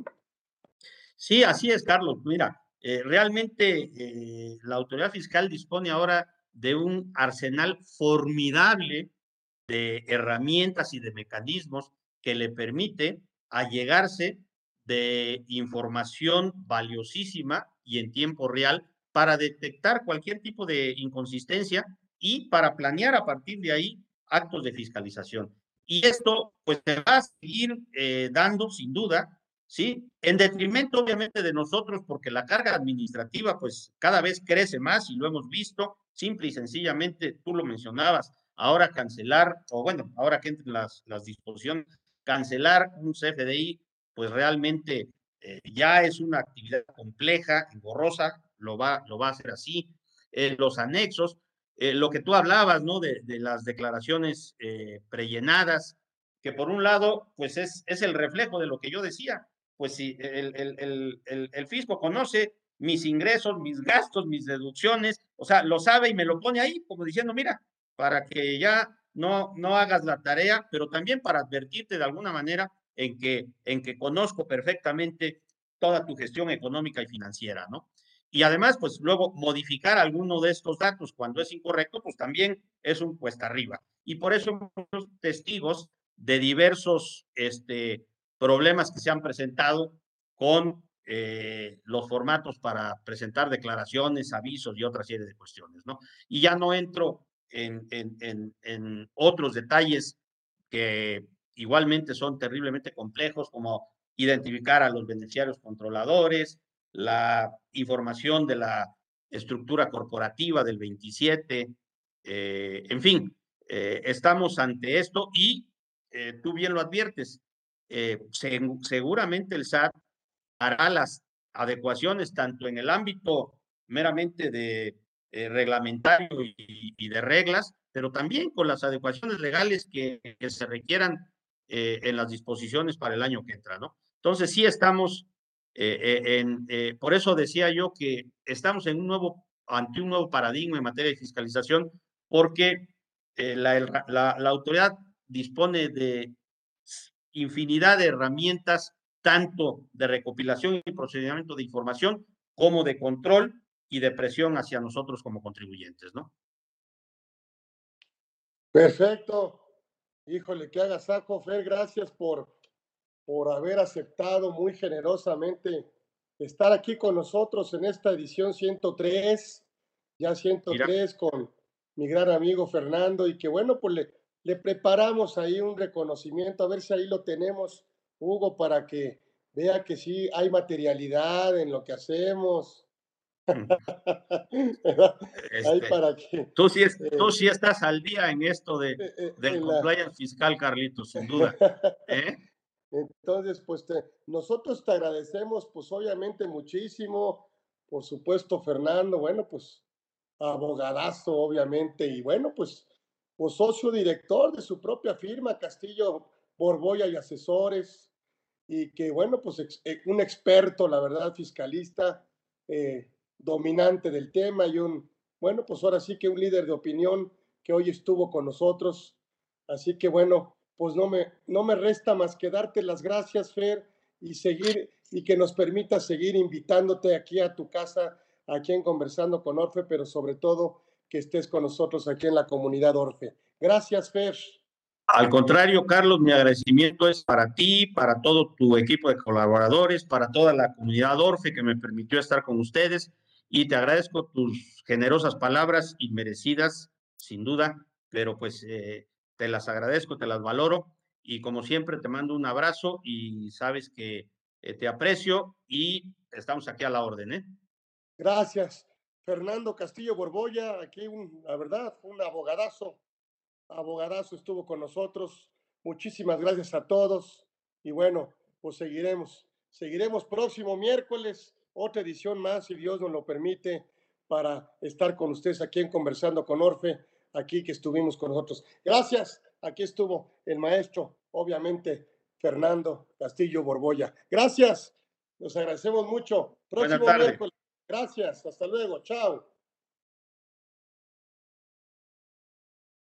B: Sí, así es, Carlos. Mira, eh, realmente eh, la autoridad fiscal dispone ahora de un arsenal formidable de herramientas y de mecanismos que le permite allegarse de información valiosísima y en tiempo real para detectar cualquier tipo de inconsistencia y para planear a partir de ahí actos de fiscalización. Y esto pues se va a seguir eh, dando sin duda, ¿sí? En detrimento obviamente de nosotros porque la carga administrativa pues cada vez crece más y lo hemos visto, simple y sencillamente, tú lo mencionabas, ahora cancelar, o bueno, ahora que entren las, las disposiciones, cancelar un C F D I, pues realmente eh, ya es una actividad compleja, engorrosa, lo va, lo va a hacer así. Eh, los anexos, eh, lo que tú hablabas, ¿no? De, de las declaraciones eh, prellenadas, que por un lado, pues es, es el reflejo de lo que yo decía, pues si el, el, el, el, el fisco conoce mis ingresos, mis gastos, mis deducciones, o sea, lo sabe y me lo pone ahí, como diciendo, mira, para que ya no, no hagas la tarea, pero también para advertirte de alguna manera en que, en que conozco perfectamente toda tu gestión económica y financiera, ¿no? Y además, pues luego modificar alguno de estos datos cuando es incorrecto, pues también es un cuesta arriba. Y por eso muchos testigos de diversos este, problemas que se han presentado con eh, los formatos para presentar declaraciones, avisos y otra serie de cuestiones, ¿no? Y ya no entro en, en, en, en otros detalles que igualmente son terriblemente complejos, como identificar a los beneficiarios controladores, la información de la estructura corporativa del veintisiete, eh, en fin, eh, estamos ante esto y eh, tú bien lo adviertes, eh, se, seguramente el S A T hará las adecuaciones tanto en el ámbito meramente de eh, reglamentario y, y, de reglas, pero también con las adecuaciones legales que, que se requieran eh, en las disposiciones para el año que entra, ¿no? Entonces sí estamos, eh, en, eh, por eso decía yo que estamos en un nuevo, ante un nuevo paradigma en materia de fiscalización, porque eh, la, la, la autoridad dispone de infinidad de herramientas, tanto de recopilación y procedimiento de información, como de control y de presión hacia nosotros como contribuyentes, ¿no?
D: Perfecto. Híjole, que haga saco, Fer, gracias por, por haber aceptado muy generosamente estar aquí con nosotros en esta edición ciento tres, ya ciento tres, Mira. Con mi gran amigo Fernando, y que bueno, pues le, le preparamos ahí un reconocimiento, a ver si ahí lo tenemos, Hugo, para que vea que sí hay materialidad en lo que hacemos.
B: Este, ahí para que, tú, sí es, eh, tú sí estás al día en esto de, eh, del compliance la... fiscal, Carlitos, sin duda. ¿Eh?
D: Entonces, pues te, nosotros te agradecemos, pues obviamente muchísimo, por supuesto, Fernando, bueno, pues abogadazo, obviamente, y bueno, pues, pues socio director de su propia firma, Castillo Borbolla y Asesores, y que bueno, pues ex, un experto, la verdad, fiscalista, eh, dominante del tema y un, bueno, pues ahora sí que un líder de opinión que hoy estuvo con nosotros. Así que bueno, pues no me, no me resta más que darte las gracias, Fer, y seguir, y que nos permita seguir invitándote aquí a tu casa, aquí en Conversando con Orfe, pero sobre todo que estés con nosotros aquí en la comunidad Orfe. Gracias, Fer.
B: Al contrario, Carlos, mi agradecimiento es para ti, para todo tu equipo de colaboradores, para toda la comunidad Orfe que me permitió estar con ustedes, y te agradezco tus generosas palabras inmerecidas, sin duda, pero pues eh, te las agradezco, te las valoro, y como siempre te mando un abrazo y sabes que eh, te aprecio y estamos aquí a la orden, ¿eh?
D: Gracias. Fernando Castillo Borbolla, aquí un, la verdad, un abogadazo, abogadazo estuvo con nosotros. Muchísimas gracias a todos y bueno, pues seguiremos, seguiremos próximo miércoles, otra edición más, si Dios nos lo permite, para estar con ustedes aquí en Conversando con Orfe, aquí que estuvimos con nosotros. Gracias, aquí estuvo el maestro, obviamente, Fernando Castillo Borbolla. Gracias, nos agradecemos mucho. Próximo miércoles. Gracias, hasta luego, chao.